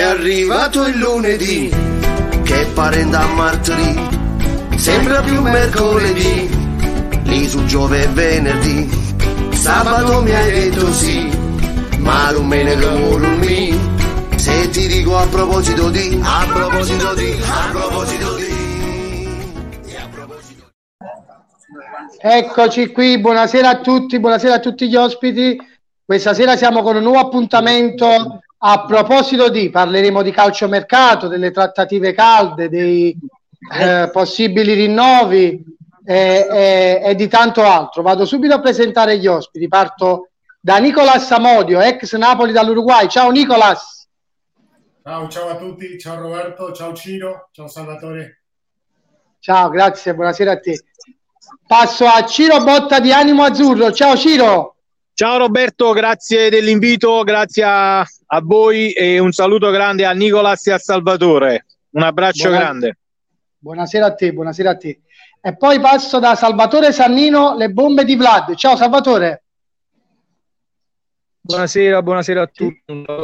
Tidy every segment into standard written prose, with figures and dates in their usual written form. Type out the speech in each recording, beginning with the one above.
arrivato il lunedì, che parenda a martedì, sembra più mercoledì, lì su Giove e venerdì, sabato mi hai detto sì, ma non me ne mi. Se ti dico a proposito di, a proposito di, a proposito di. Eccoci qui, buonasera a tutti gli ospiti. Questa sera siamo con un nuovo appuntamento. A proposito di, parleremo di calciomercato, delle trattative calde, dei possibili rinnovi e di tanto altro. Vado subito a presentare gli ospiti. Parto da Nicolas Amodio, ex Napoli dall'Uruguay. Ciao Nicolas. Ciao a tutti, ciao Roberto, ciao Ciro, ciao Salvatore. Ciao, grazie, buonasera a te. Passo a Ciro Botta di Animo Azzurro. Ciao Ciro. Ciao Roberto, grazie dell'invito, grazie a voi e un saluto grande a Nicolas e a Salvatore. Un abbraccio grande. Buonasera a te, buonasera a te. E poi passo da Salvatore Sannino, le bombe di Vlad. Ciao Salvatore. Buonasera a tutti.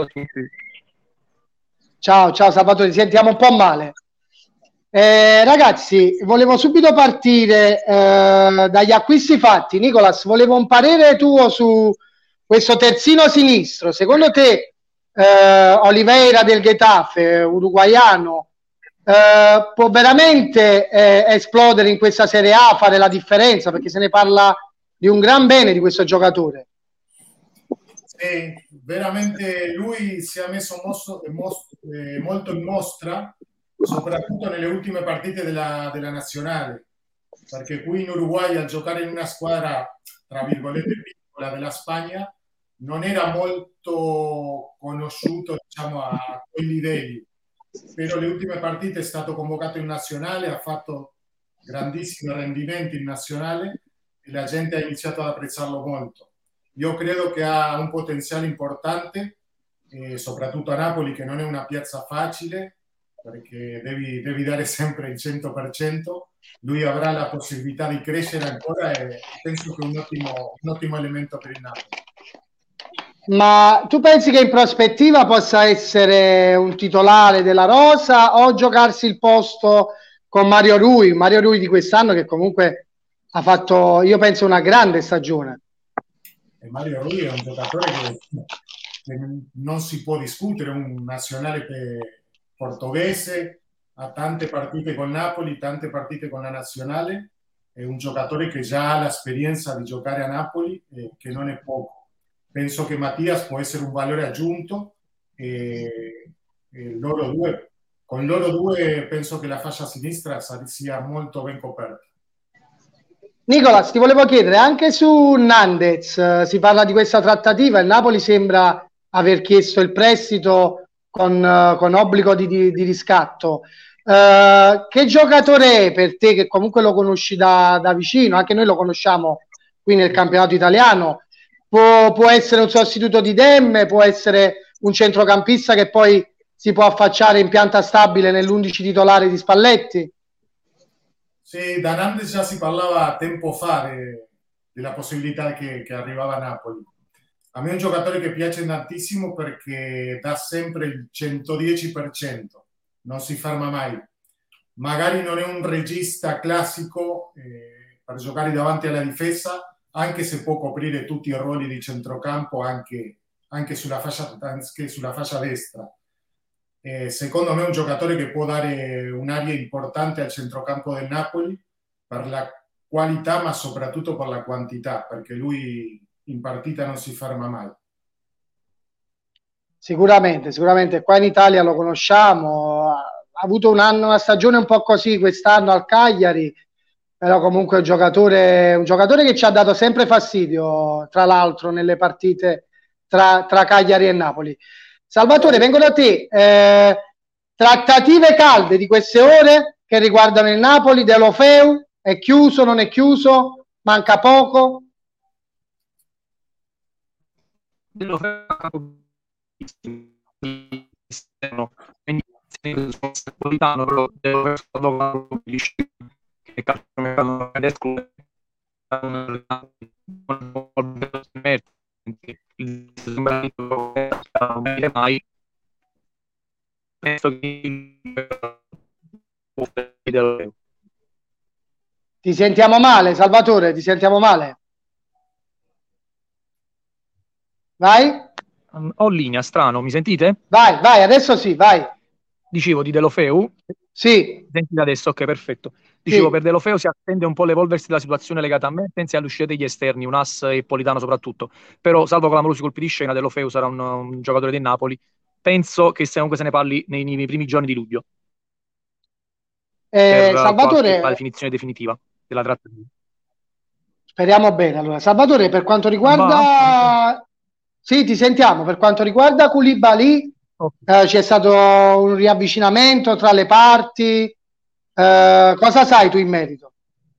Ciao Salvatore, ti sentiamo un po' male. Ragazzi, volevo subito partire dagli acquisti fatti. Nicolas, volevo un parere tuo su questo terzino sinistro. Secondo te Oliveira del Getafe, uruguaiano, può veramente esplodere in questa Serie A, fare la differenza? Perché se ne parla di un gran bene di questo giocatore. Sì, veramente lui si è messo molto in mostra, soprattutto nelle ultime partite della nazionale, perché qui in Uruguay, a giocare in una squadra tra virgolette piccola della Spagna, non era molto conosciuto, diciamo, a quei livelli, però le ultime partite è stato convocato in nazionale, ha fatto grandissimi rendimenti in nazionale e la gente ha iniziato ad apprezzarlo molto. Io credo che ha un potenziale importante, soprattutto a Napoli, che non è una piazza facile, perché devi dare sempre il 100%. Lui avrà la possibilità di crescere ancora e penso che è un ottimo elemento per il Napoli. Ma tu pensi che in prospettiva possa essere un titolare della rosa o giocarsi il posto con Mario Rui di quest'anno, che comunque ha fatto, io penso, una grande stagione? Mario Rui è un giocatore che non si può discutere, un nazionale portoghese, ha tante partite con Napoli, tante partite con la nazionale, è un giocatore che già ha l'esperienza di giocare a Napoli, che non è poco. Penso che Mattias può essere un valore aggiunto e con loro due penso che la fascia sinistra sia molto ben coperta. Nicolas, ti volevo chiedere, anche su Nandez si parla di questa trattativa, il Napoli sembra aver chiesto il prestito con obbligo di riscatto. Che giocatore è per te, che comunque lo conosci da vicino, anche noi lo conosciamo qui nel campionato italiano, può essere un sostituto di Demme, può essere un centrocampista che poi si può affacciare in pianta stabile nell'11 titolare di Spalletti? Sì, da Nandez già si parlava tempo fa della possibilità che arrivava a Napoli. A me è un giocatore che piace tantissimo perché dà sempre il 110%, non si ferma mai. Magari non è un regista classico per giocare davanti alla difesa, anche se può coprire tutti i ruoli di centrocampo anche sulla fascia destra. Secondo me è un giocatore che può dare un'area importante al centrocampo del Napoli per la qualità, ma soprattutto per la quantità, perché lui in partita non si ferma mai. Sicuramente qua in Italia lo conosciamo, ha avuto una stagione un po' così quest'anno al Cagliari, però comunque è un giocatore che ci ha dato sempre fastidio, tra l'altro nelle partite tra Cagliari e Napoli. Salvatore, vengo da te. Trattative calde di queste ore che riguardano il Napoli, Deulofeu, è chiuso, non è chiuso, manca poco? Ti sentiamo male, Salvatore, ti sentiamo male. Vai. Ho linea, strano, mi sentite? Vai, adesso sì, vai. Dicevo di Deulofeu. Sì. Sentite adesso, ok, perfetto. Dicevo, Sì. per Deulofeu si attende un po' l'evolversi della situazione legata a Mertens e all'uscita degli esterni, Unas e Politano soprattutto. Però, salvo clamoroso si colpi di scena, Deulofeu sarà un giocatore del Napoli. Penso che comunque se ne parli nei primi giorni di luglio. Per Salvatore, la definizione definitiva della trattativa. Speriamo bene. Allora, Salvatore, per quanto riguarda... Sì, ti sentiamo. Per quanto riguarda Koulibaly, c'è stato un riavvicinamento tra le parti. Cosa sai tu in merito?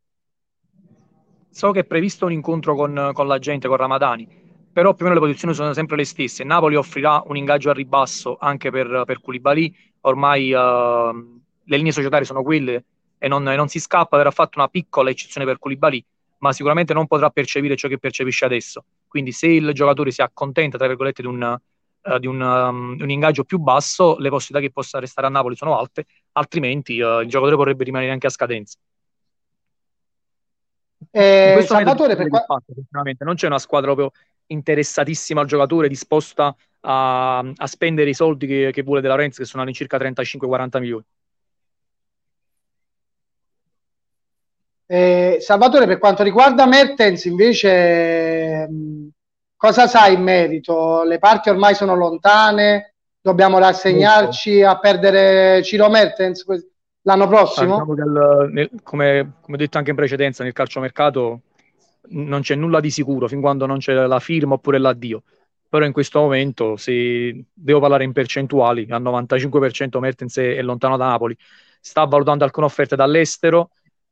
So che è previsto un incontro con la gente, con Ramadani, però più o meno le posizioni sono sempre le stesse. Napoli offrirà un ingaggio a ribasso anche per Koulibaly. Ormai le linee societarie sono quelle e non si scappa. Verrà fatta una piccola eccezione per Koulibaly, ma sicuramente non potrà percepire ciò che percepisce adesso. Quindi se il giocatore si accontenta, tra virgolette, di un ingaggio più basso, le possibilità che possa restare a Napoli sono alte, altrimenti il giocatore vorrebbe rimanere anche a scadenza. In questo Salvatore, non c'è una squadra proprio interessatissima al giocatore, disposta a spendere i soldi che vuole De Laurentiis, che sono all'incirca 35-40 milioni. Salvatore, per quanto riguarda Mertens invece, cosa sai in merito? Le parti ormai sono lontane, dobbiamo rassegnarci a perdere Ciro Mertens l'anno prossimo? Diciamo che come ho detto anche in precedenza, nel calciomercato non c'è nulla di sicuro fin quando non c'è la firma oppure l'addio. Però in questo momento, se devo parlare in percentuali, al 95% Mertens è lontano da Napoli. Sta valutando alcune offerte dall'estero.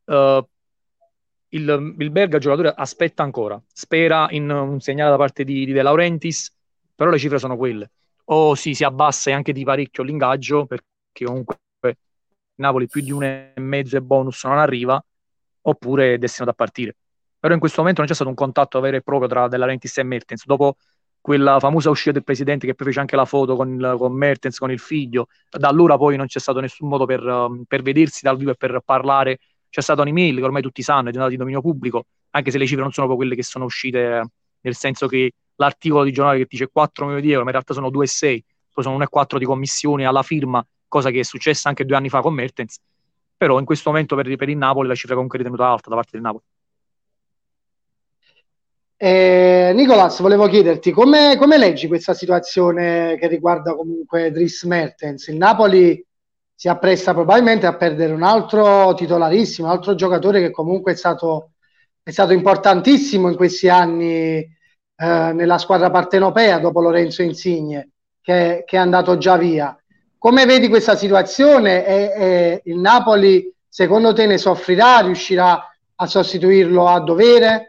Il belga giocatore aspetta ancora, spera in un segnale da parte di De Laurentiis, però le cifre sono quelle. O si abbassa anche di parecchio l'ingaggio, perché comunque Napoli più di 1,5 e bonus non arriva, oppure è destinato a partire. Però in questo momento non c'è stato un contatto vero e proprio tra De Laurentiis e Mertens. Dopo quella famosa uscita del presidente che poi fece anche la foto con Mertens, con il figlio, da allora poi non c'è stato nessun modo per vedersi dal vivo e per parlare. C'è stata un'email che ormai tutti sanno, è diventata di dominio pubblico, anche se le cifre non sono proprio quelle che sono uscite, nel senso che l'articolo di giornale che dice 4 milioni di euro, ma in realtà sono 2,6, poi sono 1,4 di commissioni alla firma, cosa che è successa anche 2 anni fa con Mertens. Però in questo momento per il Napoli la cifra comunque è ritenuta alta da parte del Napoli. Nicolas, volevo chiederti come leggi questa situazione che riguarda comunque Dries Mertens? Il Napoli si appresta probabilmente a perdere un altro titolarissimo, un altro giocatore che comunque è stato importantissimo in questi anni nella squadra partenopea dopo Lorenzo Insigne che è andato già via. Come vedi questa situazione e il Napoli secondo te ne soffrirà, riuscirà a sostituirlo a dovere?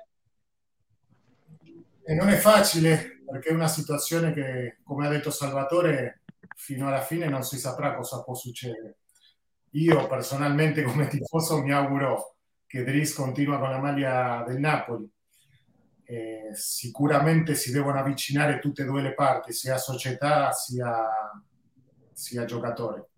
E non è facile perché è una situazione che, come ha detto Salvatore, fino alla fine non si saprà cosa può succedere. Io personalmente come tifoso mi auguro che Dries continua con la maglia del Napoli. Sicuramente si devono avvicinare tutte e due le parti, sia società sia giocatore.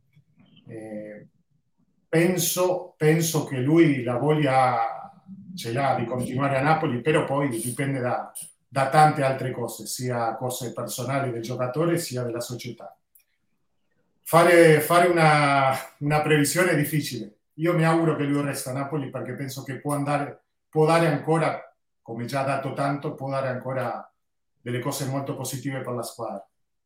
Penso che lui la voglia ce l'ha di continuare a Napoli, però poi dipende da tante altre cose, sia cose personali del giocatore sia della società. Fare una previsione è difficile. Io mi auguro che lui resta a Napoli perché penso che può dare ancora, come già ha dato tanto, può dare ancora delle cose molto positive per la squadra.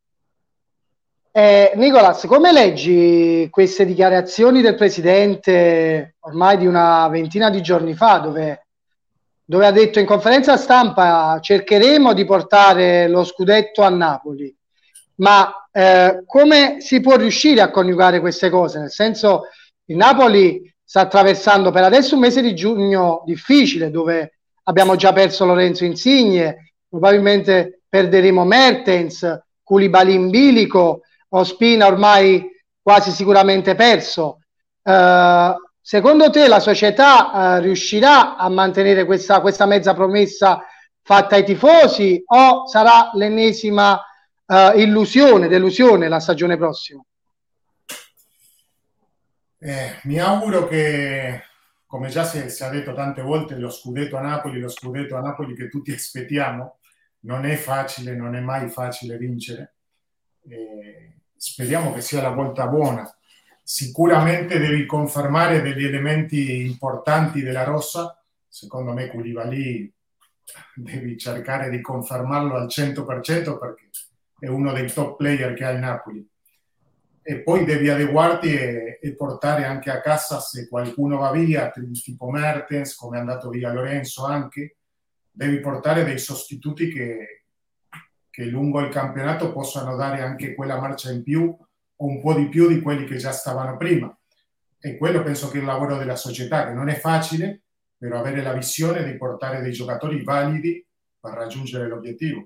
Nicolas, come leggi queste dichiarazioni del presidente ormai di una ventina di giorni fa dove ha detto in conferenza stampa cercheremo di portare lo scudetto a Napoli, ma come si può riuscire a coniugare queste cose? Nel senso, il Napoli sta attraversando per adesso un mese di giugno difficile dove abbiamo già perso Lorenzo Insigne, probabilmente perderemo Mertens, Koulibaly in bilico, Ospina ormai quasi sicuramente perso. Secondo te la società riuscirà a mantenere questa mezza promessa fatta ai tifosi o sarà l'ennesima delusione la stagione prossima? Mi auguro che, come già si è detto tante volte, lo scudetto a Napoli che tutti aspettiamo, non è facile, non è mai facile vincere. Speriamo che sia la volta buona. Sicuramente devi confermare degli elementi importanti della rosa. Secondo me Koulibaly devi cercare di confermarlo al 100% perché è uno dei top player che ha il Napoli. E poi devi adeguarti e portare anche a casa, se qualcuno va via, tipo Mertens, come è andato via Lorenzo anche, devi portare dei sostituti che lungo il campionato possano dare anche quella marcia in più o un po' di più di quelli che già stavano prima. E quello penso che è il lavoro della società, che non è facile, però avere la visione di portare dei giocatori validi per raggiungere l'obiettivo.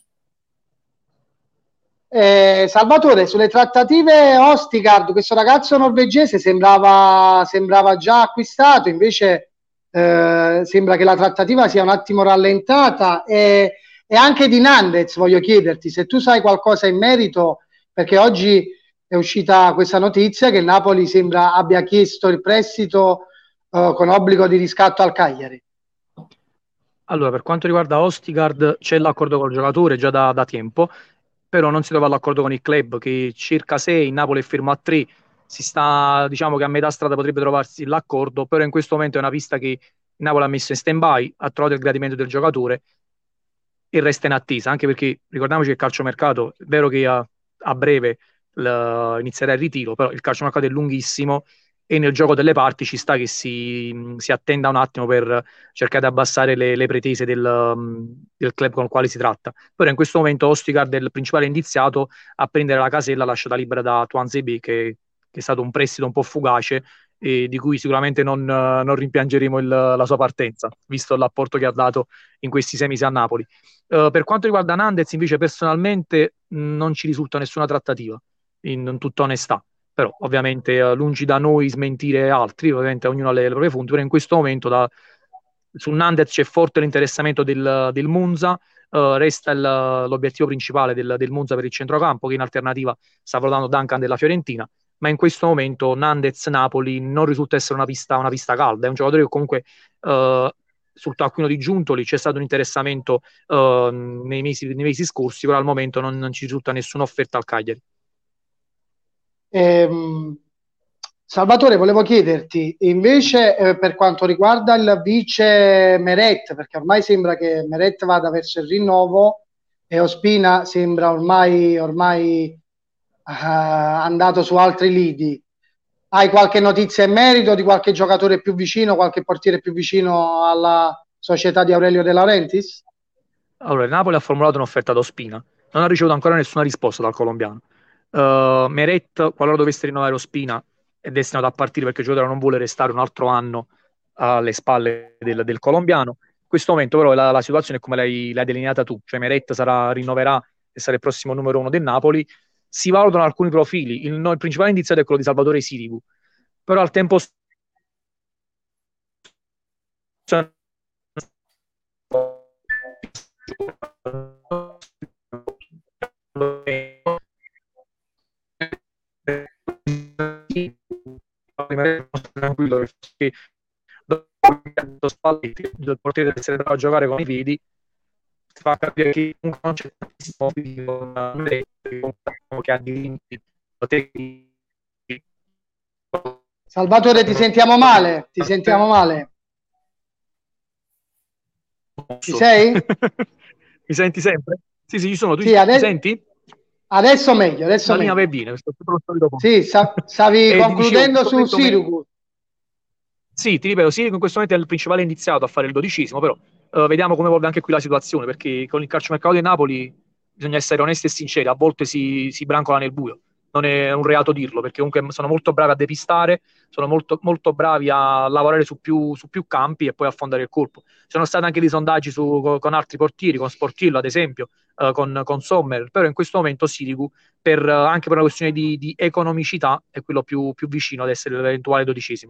Salvatore, sulle trattative Ostigard, questo ragazzo norvegese sembrava già acquistato, invece sembra che la trattativa sia un attimo rallentata, e anche di Nandez voglio chiederti se tu sai qualcosa in merito, perché oggi è uscita questa notizia che il Napoli sembra abbia chiesto il prestito con obbligo di riscatto al Cagliari. Allora, per quanto riguarda Ostigard, c'è l'accordo col giocatore già da tempo, però non si trova l'accordo con il club, che circa 6, in Napoli è fermo a 3, si sta, diciamo che a metà strada potrebbe trovarsi l'accordo, però in questo momento è una pista che il Napoli ha messo in stand-by, ha trovato il gradimento del giocatore e resta in attesa, anche perché ricordiamoci che il calciomercato, è vero che a breve inizierà il ritiro, però il calciomercato è lunghissimo e nel gioco delle parti ci sta che si attenda un attimo per cercare di abbassare le pretese del club con il quale si tratta. Però in questo momento Ostigard è il principale indiziato a prendere la casella lasciata libera da Tuanzebe, che è stato un prestito un po' fugace e di cui sicuramente non rimpiangeremo la sua partenza, visto l'apporto che ha dato in questi 6 mesi a Napoli. Per quanto riguarda Nandez, invece, personalmente non ci risulta nessuna trattativa, in tutta onestà. Però ovviamente lungi da noi smentire altri, ovviamente ognuno ha le proprie fonti, però in questo momento su Nandez c'è forte l'interessamento del Monza, resta l'obiettivo principale del Monza per il centrocampo, che in alternativa sta valutando Duncan della Fiorentina, ma in questo momento Nandez-Napoli non risulta essere una pista calda, è un giocatore che comunque sul taccuino di Giuntoli c'è stato un interessamento nei mesi scorsi, però al momento non ci risulta nessuna offerta al Cagliari. Salvatore, volevo chiederti invece per quanto riguarda il vice Meret, perché ormai sembra che Meret vada verso il rinnovo e Ospina sembra ormai andato su altri lidi. Hai qualche notizia in merito di qualche giocatore più vicino, qualche portiere più vicino alla società di Aurelio De Laurentiis? Allora, il Napoli ha formulato un'offerta ad Ospina, non ha ricevuto ancora nessuna risposta dal colombiano. Meret, qualora dovesse rinnovare Ospina, è destinato a partire perché il giocatore non vuole restare un altro anno alle spalle del colombiano. In questo momento però la situazione è come l'hai delineata tu, cioè Meret rinnoverà e sarà il prossimo numero 1 del Napoli. Si valutano alcuni profili, il principale indiziato è quello di Salvatore Sirigu, però al tempo tranquillo, perché dopo Spalletti, il portiere deve essere bravo a giocare con i piedi, ti fa capire che non c'è tantissimo che ha diritti. Salvatore, ti sentiamo male? Ci sei? Mi senti sempre? Sì, ci sono, tu sì, mi senti? Adesso meglio, La linea va bene. Sì, stavi concludendo su Sirigu. Sì, ti ripeto, Sirigu in questo momento è il principale indiziato a fare il 12°, però vediamo come evolve anche qui la situazione, perché con il calciomercato di Napoli bisogna essere onesti e sinceri, a volte si brancola nel buio, non è un reato dirlo, perché comunque sono molto bravi a depistare, sono molto, molto bravi a lavorare su più campi e poi affondare il colpo. Ci sono stati anche dei sondaggi con altri portieri, con Sportillo ad esempio, con Sommer, però in questo momento Sirigu, anche per una questione di economicità, è quello più vicino ad essere l'eventuale 12°.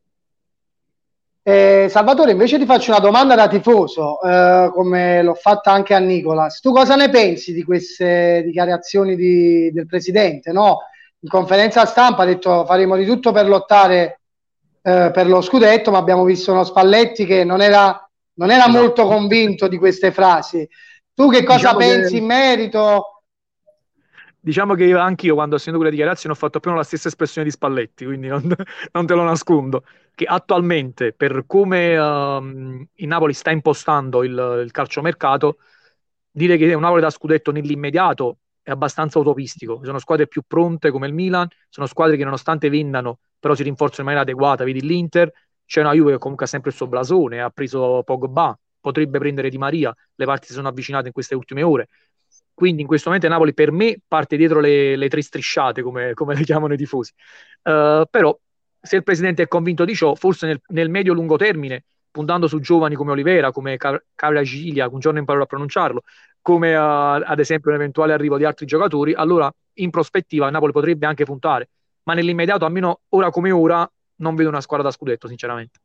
Salvatore, invece ti faccio una domanda da tifoso, come l'ho fatta anche a Nicolas. Tu cosa ne pensi di queste dichiarazioni del presidente, no? in conferenza stampa ha detto faremo di tutto per lottare per lo scudetto, ma abbiamo visto uno Spalletti che non era molto convinto di queste frasi. Tu che cosa pensi in merito? Diciamo che anche io, quando ho sentito quelle dichiarazioni, ho fatto più o meno la stessa espressione di Spalletti, quindi non te lo nascondo. Che attualmente, per come il Napoli sta impostando il calciomercato, dire che è un Napoli da scudetto nell'immediato è abbastanza utopistico. Ci sono squadre più pronte come il Milan, sono squadre che nonostante vendano, però si rinforzano in maniera adeguata. Vedi l'Inter, c'è una Juve che comunque ha sempre il suo blasone, ha preso Pogba, potrebbe prendere Di Maria, le parti si sono avvicinate in queste ultime ore. Quindi in questo momento Napoli per me parte dietro le tre strisciate, come le chiamano i tifosi. Però se il presidente è convinto di ciò, forse nel medio-lungo termine, puntando su giovani come Olivera, come Caragilia, un giorno imparerò a pronunciarlo, come ad esempio un eventuale arrivo di altri giocatori, allora in prospettiva Napoli potrebbe anche puntare. Ma nell'immediato, almeno ora come ora, non vedo una squadra da scudetto, sinceramente.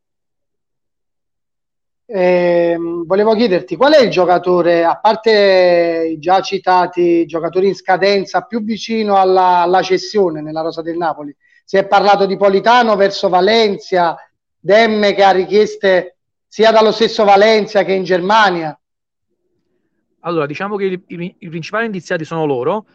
Volevo chiederti qual è il giocatore, a parte i già citati giocatori in scadenza, più vicino alla cessione nella rosa del Napoli? Si è parlato di Politano verso Valencia, Demme che ha richieste sia dallo stesso Valencia che in Germania. Allora, diciamo che i principali indiziati sono loro.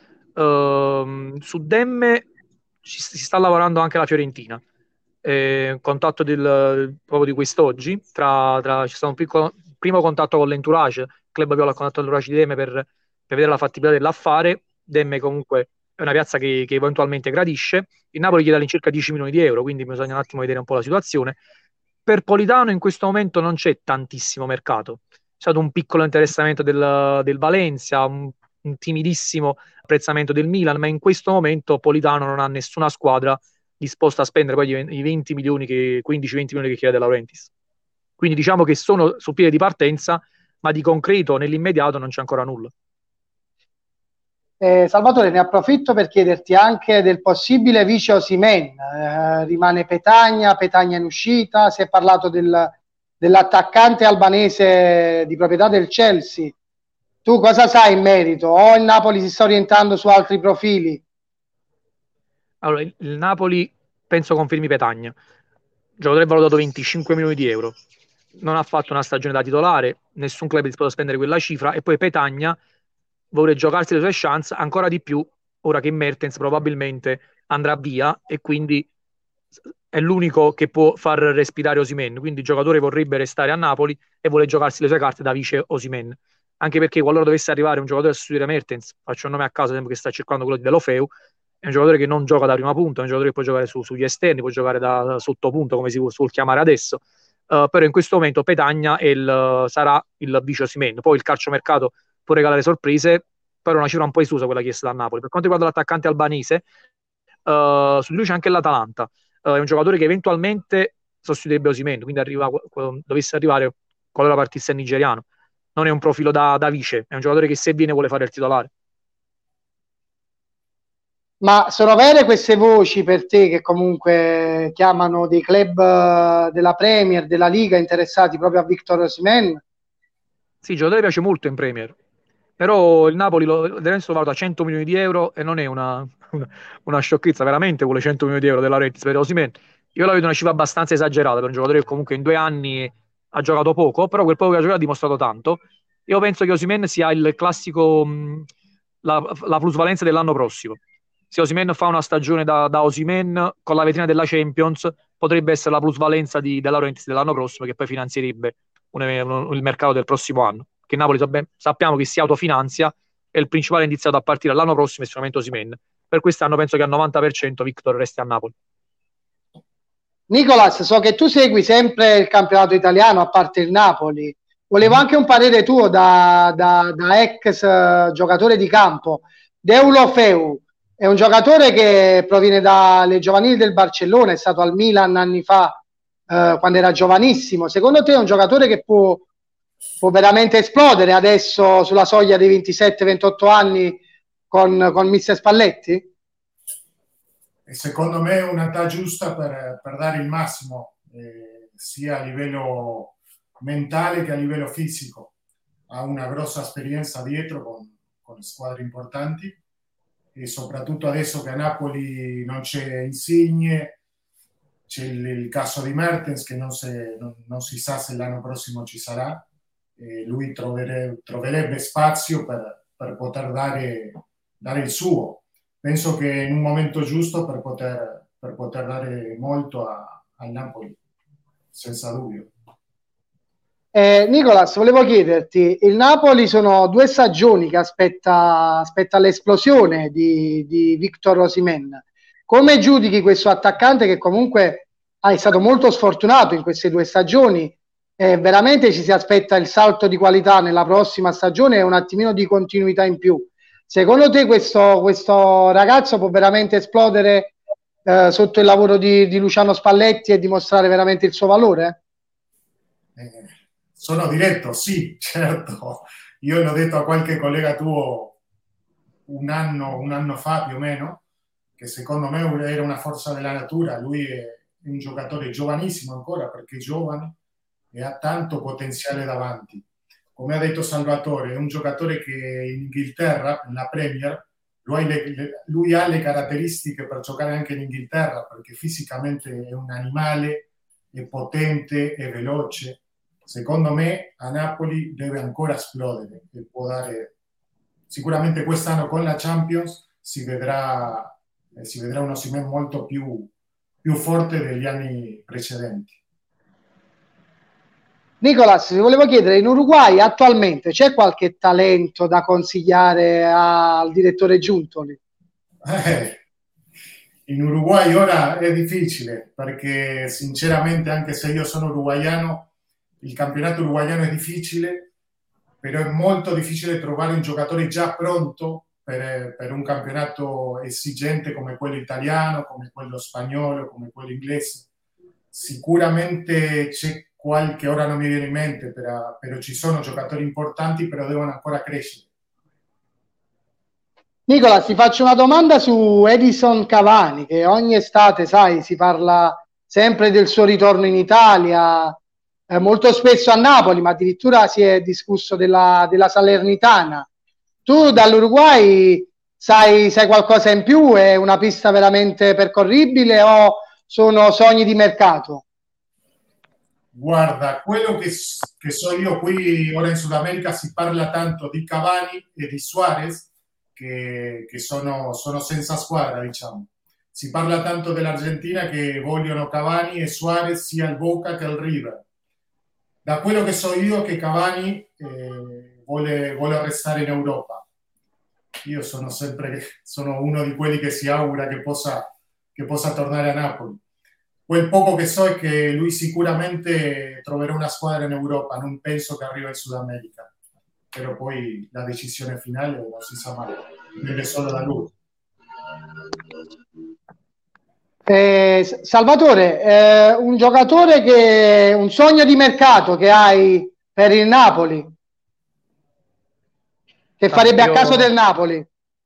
Su Demme si sta lavorando anche la Fiorentina. Contatto proprio di quest'oggi, c'è stato un primo contatto con l'Entourage, il club viola il contatto dell'Entourage di Demme per vedere la fattibilità dell'affare. Demme comunque è una piazza che eventualmente gradisce. Il Napoli chiede all'incirca 10 milioni di euro, quindi bisogna un attimo vedere un po' la situazione. Per Politano in questo momento non c'è tantissimo mercato. C'è stato un piccolo interessamento del Valencia, un timidissimo apprezzamento del Milan, ma in questo momento Politano non ha nessuna squadra disposta a spendere poi i 20 milioni 15-20 milioni che chiede De Laurentiis. Quindi diciamo che sono sul piede di partenza, ma di concreto nell'immediato non c'è ancora nulla. Salvatore, ne approfitto per chiederti anche del possibile vice Osimhen. Rimane Petagna in uscita, si è parlato dell'attaccante albanese di proprietà del Chelsea. Tu cosa sai in merito? O il Napoli si sta orientando su altri profili? Allora, il Napoli penso confermi Petagna. Giocatore valutato 25 milioni di euro. Non ha fatto una stagione da titolare, nessun club è disposto a spendere quella cifra, e poi Petagna vuole giocarsi le sue chance ancora di più ora che Mertens probabilmente andrà via e quindi è l'unico che può far respirare Osimhen. Quindi il giocatore vorrebbe restare a Napoli e vuole giocarsi le sue carte da vice Osimhen. Anche perché qualora dovesse arrivare un giocatore a sostituire Mertens, faccio un nome a caso, che sta cercando quello di Deulofeu, è un giocatore che non gioca da prima punta, è un giocatore che può giocare sugli esterni, può giocare da sottopunto, come si vuol chiamare adesso. Però in questo momento Petagna sarà il vice Osimhen. Poi il calciomercato può regalare sorprese, però è una cifra un po' esusa quella chiesta da Napoli. Per quanto riguarda l'attaccante albanese, su di lui c'è anche l'Atalanta. È un giocatore che eventualmente sostituirebbe Osimhen, quindi dovesse arrivare qualora partisse il nigeriano. Non è un profilo da vice, è un giocatore che se viene vuole fare il titolare. Ma sono vere queste voci per te che comunque chiamano dei club della Premier, della Liga interessati proprio a Victor Osimhen? Sì, il giocatore piace molto in Premier, però il Napoli lo valuta 100 milioni di euro e non è una sciocchezza, veramente vuole 100 milioni di euro della Laurentiis per Osimhen. Io la vedo una cifra abbastanza esagerata per un giocatore che comunque in 2 anni ha giocato poco, però quel poco che ha giocato ha dimostrato tanto. Io penso che Osimhen sia il classico, la plusvalenza dell'anno prossimo. Se Osimhen fa una stagione da Osimhen con la vetrina della Champions, potrebbe essere la plusvalenza di De Laurentiis dell'anno prossimo, che poi finanzierebbe il mercato del prossimo anno. Che Napoli sappiamo che si autofinanzia e il principale indiziato a partire l'anno prossimo è sicuramente Osimhen. Per quest'anno penso che al 90% Victor resti a Napoli. Nicolas, so che tu segui sempre il campionato italiano, a parte il Napoli. Volevo anche un parere tuo da ex giocatore di campo. Deulofeu è un giocatore che proviene dalle giovanili del Barcellona, è stato al Milan anni fa, quando era giovanissimo. Secondo te è un giocatore che può veramente esplodere adesso sulla soglia dei 27-28 anni con Mister Spalletti? E secondo me è un'età giusta per dare il massimo, sia a livello mentale che a livello fisico. Ha una grossa esperienza dietro con squadre importanti e soprattutto adesso che a Napoli non c'è Insigne, c'è il caso di Mertens che non si sa se l'anno prossimo ci sarà, e lui troverebbe spazio per poter dare il suo. Penso che in un momento giusto per poter dare molto al Napoli, senza dubbio. Nicolas, volevo chiederti, il Napoli sono 2 stagioni che aspetta l'esplosione di Victor Osimhen. Come giudichi questo attaccante che comunque è stato molto sfortunato in queste 2 stagioni? Veramente ci si aspetta il salto di qualità nella prossima stagione e un attimino di continuità in più. Secondo te questo ragazzo può veramente esplodere sotto il lavoro di Luciano Spalletti e dimostrare veramente il suo valore? Sono diretto, sì, certo. Io l'ho detto a qualche collega tuo un anno fa più o meno, che secondo me era una forza della natura. Lui è un giocatore giovanissimo ancora, perché è giovane e ha tanto potenziale davanti. Come ha detto Salvatore, è un giocatore che in Inghilterra, nella Premier, lui ha le caratteristiche per giocare anche in Inghilterra, perché fisicamente è un animale, è potente, è veloce. Secondo me a Napoli deve ancora esplodere e può dare, sicuramente quest'anno con la Champions si vedrà un Osimhen molto più forte degli anni precedenti. Nicolas, ti volevo chiedere, in Uruguay attualmente c'è qualche talento da consigliare al direttore Giuntoli? In Uruguay ora è difficile, perché sinceramente, anche se io sono uruguaiano, il campionato uruguaiano è difficile, però è molto difficile trovare un giocatore già pronto per un campionato esigente come quello italiano, come quello spagnolo, come quello inglese. Sicuramente c'è qualche, ora non mi viene in mente, però ci sono giocatori importanti, però devono ancora crescere. Nicola, ti faccio una domanda su Edison Cavani, che ogni estate, sai, si parla sempre del suo ritorno in Italia, molto spesso a Napoli, ma addirittura si è discusso della Salernitana. Tu dall'Uruguay sai qualcosa in più? È una pista veramente percorribile o sono sogni di mercato? Guarda, quello che so io qui, ora in Sud America si parla tanto di Cavani e di Suarez, che sono senza squadra, diciamo. Si parla tanto dell'Argentina che vogliono Cavani e Suarez sia al Boca che al River. Da quello che so io che Cavani vuole restare in Europa. Io sono uno di quelli che si augura che possa tornare a Napoli. Quel poco che so è che lui sicuramente troverà una squadra in Europa, non penso che arrivi in Sud America, però poi la decisione finale non si sa mai, dipende solo da lui. Salvatore, un giocatore un sogno di mercato che hai per il Napoli, che farebbe a caso del Napoli?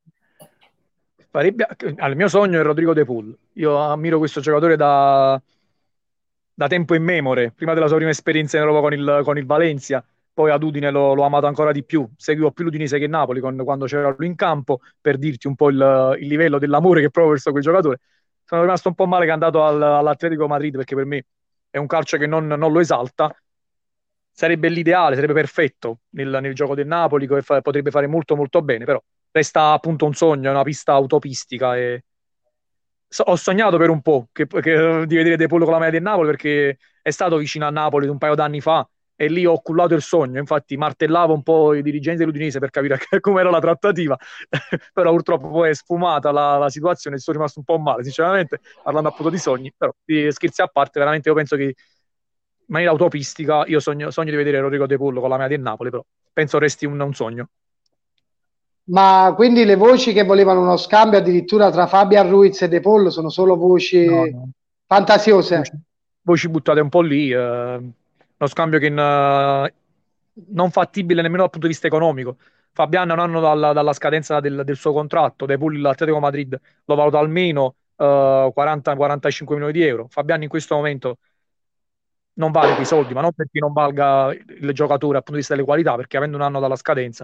Al mio sogno è Rodrigo De Paul. Io ammiro questo giocatore da tempo immemore, prima della sua prima esperienza in Europa con il Valencia, poi ad Udine l'ho amato ancora di più. Seguivo più l'Udinese che Napoli quando c'era lui in campo, per dirti un po' il livello dell'amore che provo verso quel giocatore. Sono rimasto un po' male che è andato all'Atletico Madrid, perché per me è un calcio che non lo esalta. Sarebbe l'ideale, sarebbe perfetto nel gioco del Napoli, potrebbe fare molto molto bene, però resta appunto un sogno, è una pista utopistica. E ho sognato per un po' di vedere De Paul con la maglia del Napoli, perché è stato vicino a Napoli un paio d'anni fa e lì ho cullato il sogno. Infatti martellavo un po' i dirigenti dell'Udinese per capire com'era la trattativa però purtroppo poi è sfumata la situazione e sono rimasto un po' male, sinceramente, parlando appunto di sogni. Però scherzi a parte, veramente io penso che in maniera utopistica io sogno di vedere Rodrigo De Paul con la maglia del Napoli, però penso resti un sogno. Ma quindi le voci che volevano uno scambio addirittura tra Fabian Ruiz e De Paul sono solo voci fantasiose? Voci buttate un po' lì, uno scambio che non fattibile nemmeno dal punto di vista economico. Fabian è un anno dalla scadenza del suo contratto, De Paul l'Atletico Madrid lo valuta almeno 40-45 milioni di euro. Fabian in questo momento non vale quei soldi, ma non perché non valga il giocatore dal punto di vista delle qualità, perché avendo un anno dalla scadenza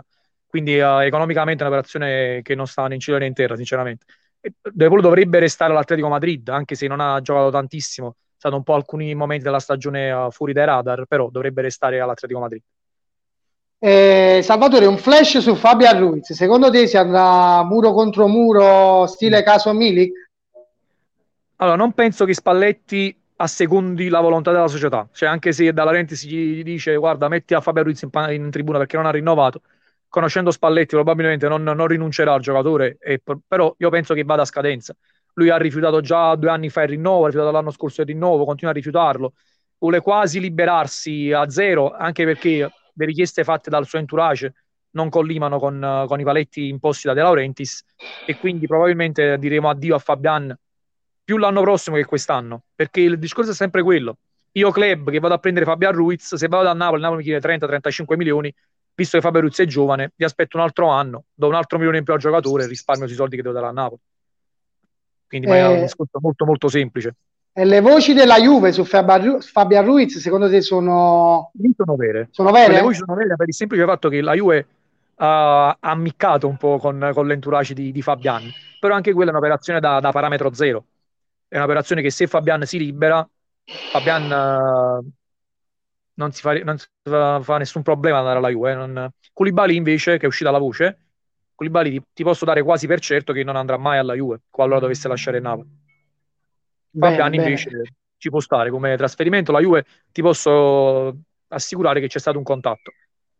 quindi economicamente è un'operazione che non sta né in cielo né in terra, sinceramente. E De Paul dovrebbe restare all'Atletico Madrid, anche se non ha giocato tantissimo, è stato un po' alcuni momenti della stagione fuori dai radar, però dovrebbe restare all'Atletico Madrid. Salvatore, un flash su Fabian Ruiz, secondo te si andrà muro contro muro stile caso Milik? Allora, non penso che Spalletti assecondi la volontà della società, cioè anche se da Laurenti si dice guarda metti a Fabian Ruiz in tribuna perché non ha rinnovato, conoscendo Spalletti probabilmente non rinuncerà al giocatore, però io penso che vada a scadenza. Lui ha rifiutato già 2 anni fa il rinnovo, ha rifiutato l'anno scorso il rinnovo, continua a rifiutarlo, vuole quasi liberarsi a zero, anche perché le richieste fatte dal suo entourage non collimano con i paletti imposti da De Laurentiis, e quindi probabilmente diremo addio a Fabian più l'anno prossimo che quest'anno, perché il discorso è sempre quello. Io club che vado a prendere Fabian Ruiz, se vado a Napoli mi chiede 30-35 milioni, visto che Fabian Ruiz è giovane, vi aspetto un altro anno, do un altro milione in più al giocatore e risparmio sui soldi che devo dare a Napoli. Quindi è un discorso molto molto semplice. E le voci della Juve su Fabian Ruiz, secondo te sono vere? Sono vere? Le voci sono vere per il semplice fatto che la Juve ha ammiccato un po' con l'entourage di Fabian, però anche quella è un'operazione da parametro zero. È un'operazione che se Fabian si libera, Fabian non si fa nessun problema ad andare alla Juve. Koulibaly invece, che è uscita la voce, Koulibaly ti posso dare quasi per certo che non andrà mai alla Juve, qualora dovesse lasciare il Napoli. Fabian invece ci può stare come trasferimento, la Juve ti posso assicurare che c'è stato un contatto.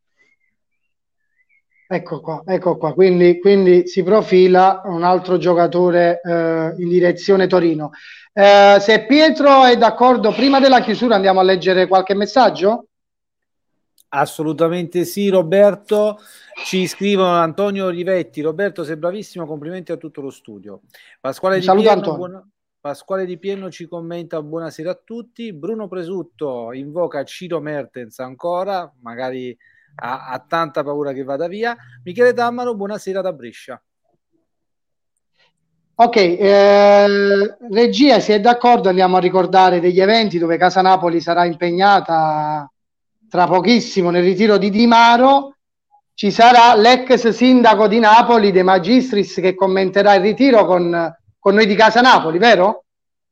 Ecco qua. Quindi si profila un altro giocatore in direzione Torino. Se Pietro è d'accordo, prima della chiusura andiamo a leggere qualche messaggio? Assolutamente sì, Roberto. Ci scrivono Antonio Rivetti: Roberto, sei bravissimo, complimenti a tutto lo studio. Pasquale Di Pieno ci commenta: buonasera a tutti. Bruno Presutto invoca Ciro Mertens ancora, magari ha tanta paura che vada via. Michele Tammaro, buonasera da Brescia. Ok, regia, se è d'accordo andiamo a ricordare degli eventi dove Casa Napoli sarà impegnata tra pochissimo. Nel ritiro di Di Maro ci sarà l'ex sindaco di Napoli, De Magistris, che commenterà il ritiro con noi di Casa Napoli, vero?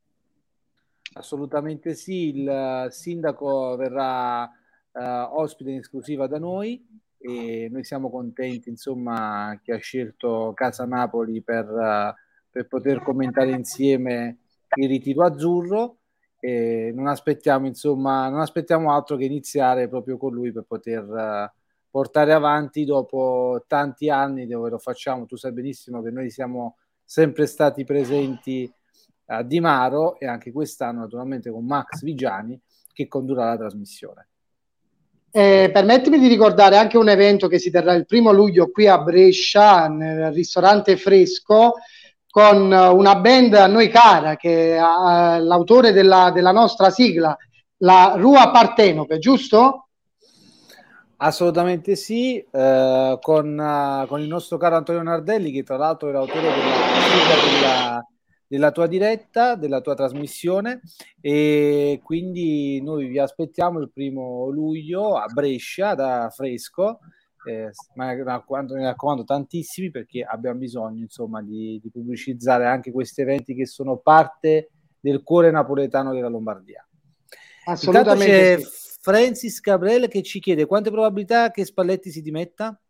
Assolutamente sì, il sindaco verrà ospite in esclusiva da noi e noi siamo contenti, insomma, che ha scelto Casa Napoli per poter commentare insieme il ritiro azzurro, e non aspettiamo altro che iniziare proprio con lui per poter portare avanti dopo tanti anni dove lo facciamo. Tu sai benissimo che noi siamo sempre stati presenti a Di Maro, e anche quest'anno naturalmente con Max Vigiani che condurrà la trasmissione. Permettimi di ricordare anche un evento che si terrà il 1° luglio qui a Brescia nel ristorante Fresco, con una band a noi cara, che è l'autore della nostra sigla, la Rua Partenope, giusto? Assolutamente sì, con il nostro caro Antonio Nardelli, che tra l'altro è l'autore della sigla della tua diretta, della tua trasmissione, e quindi noi vi aspettiamo il 1° luglio a Brescia da Fresco. Ma mi raccomando tantissimi, perché abbiamo bisogno, insomma, di pubblicizzare anche questi eventi che sono parte del cuore napoletano della Lombardia. Assolutamente. Intanto c'è Francis Gabriele che ci chiede: quante probabilità che Spalletti si dimetta?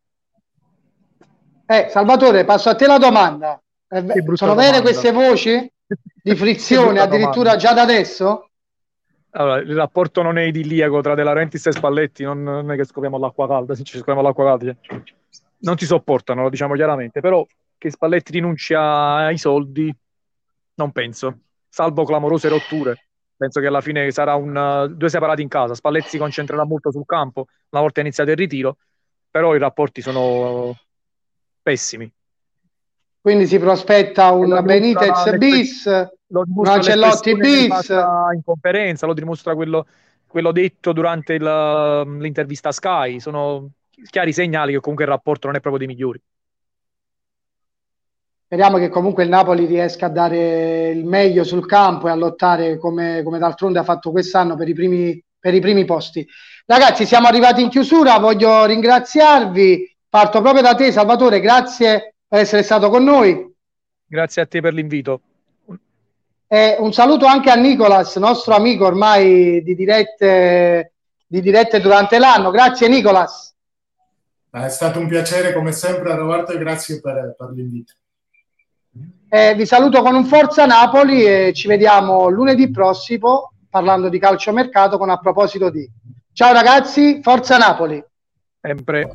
Salvatore, passo a te la domanda. Sono vere queste voci di frizione addirittura già da adesso? Allora, il rapporto non è idilliaco tra De Laurentiis e Spalletti, non è che scopriamo l'acqua calda, se ci scopriamo l'acqua calda non si sopportano, lo diciamo chiaramente, però che Spalletti rinunci ai soldi non penso, salvo clamorose rotture. Penso che alla fine sarà 2 separati in casa. Spalletti si concentrerà molto sul campo una volta iniziato il ritiro, però i rapporti sono pessimi. Quindi si prospetta un Benitez bis, un Ancelotti bis. In conferenza lo dimostra quello detto durante l'intervista a Sky. Sono chiari segnali che comunque il rapporto non è proprio dei migliori. Speriamo che comunque il Napoli riesca a dare il meglio sul campo e a lottare come d'altronde ha fatto quest'anno per i primi posti. Ragazzi, siamo arrivati in chiusura, voglio ringraziarvi. Parto proprio da te, Salvatore, grazie per essere stato con noi. Grazie a te per l'invito. Un saluto anche a Nicolas, nostro amico ormai di dirette durante l'anno. Grazie Nicolas. È stato un piacere come sempre, Roberto, e grazie per l'invito. Vi saluto con un Forza Napoli e ci vediamo lunedì prossimo parlando di calciomercato con A proposito di. Ciao ragazzi, Forza Napoli. Sempre.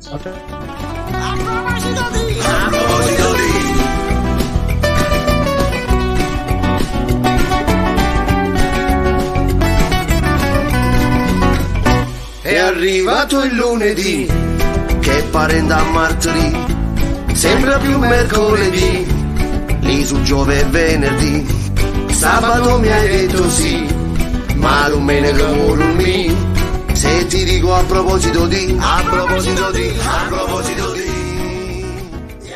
È arrivato il lunedì, che pare da martedì, sembra più mercoledì, lì su Giove e venerdì, sabato mi hai detto sì, ma non me ne mi. Se ti dico a proposito di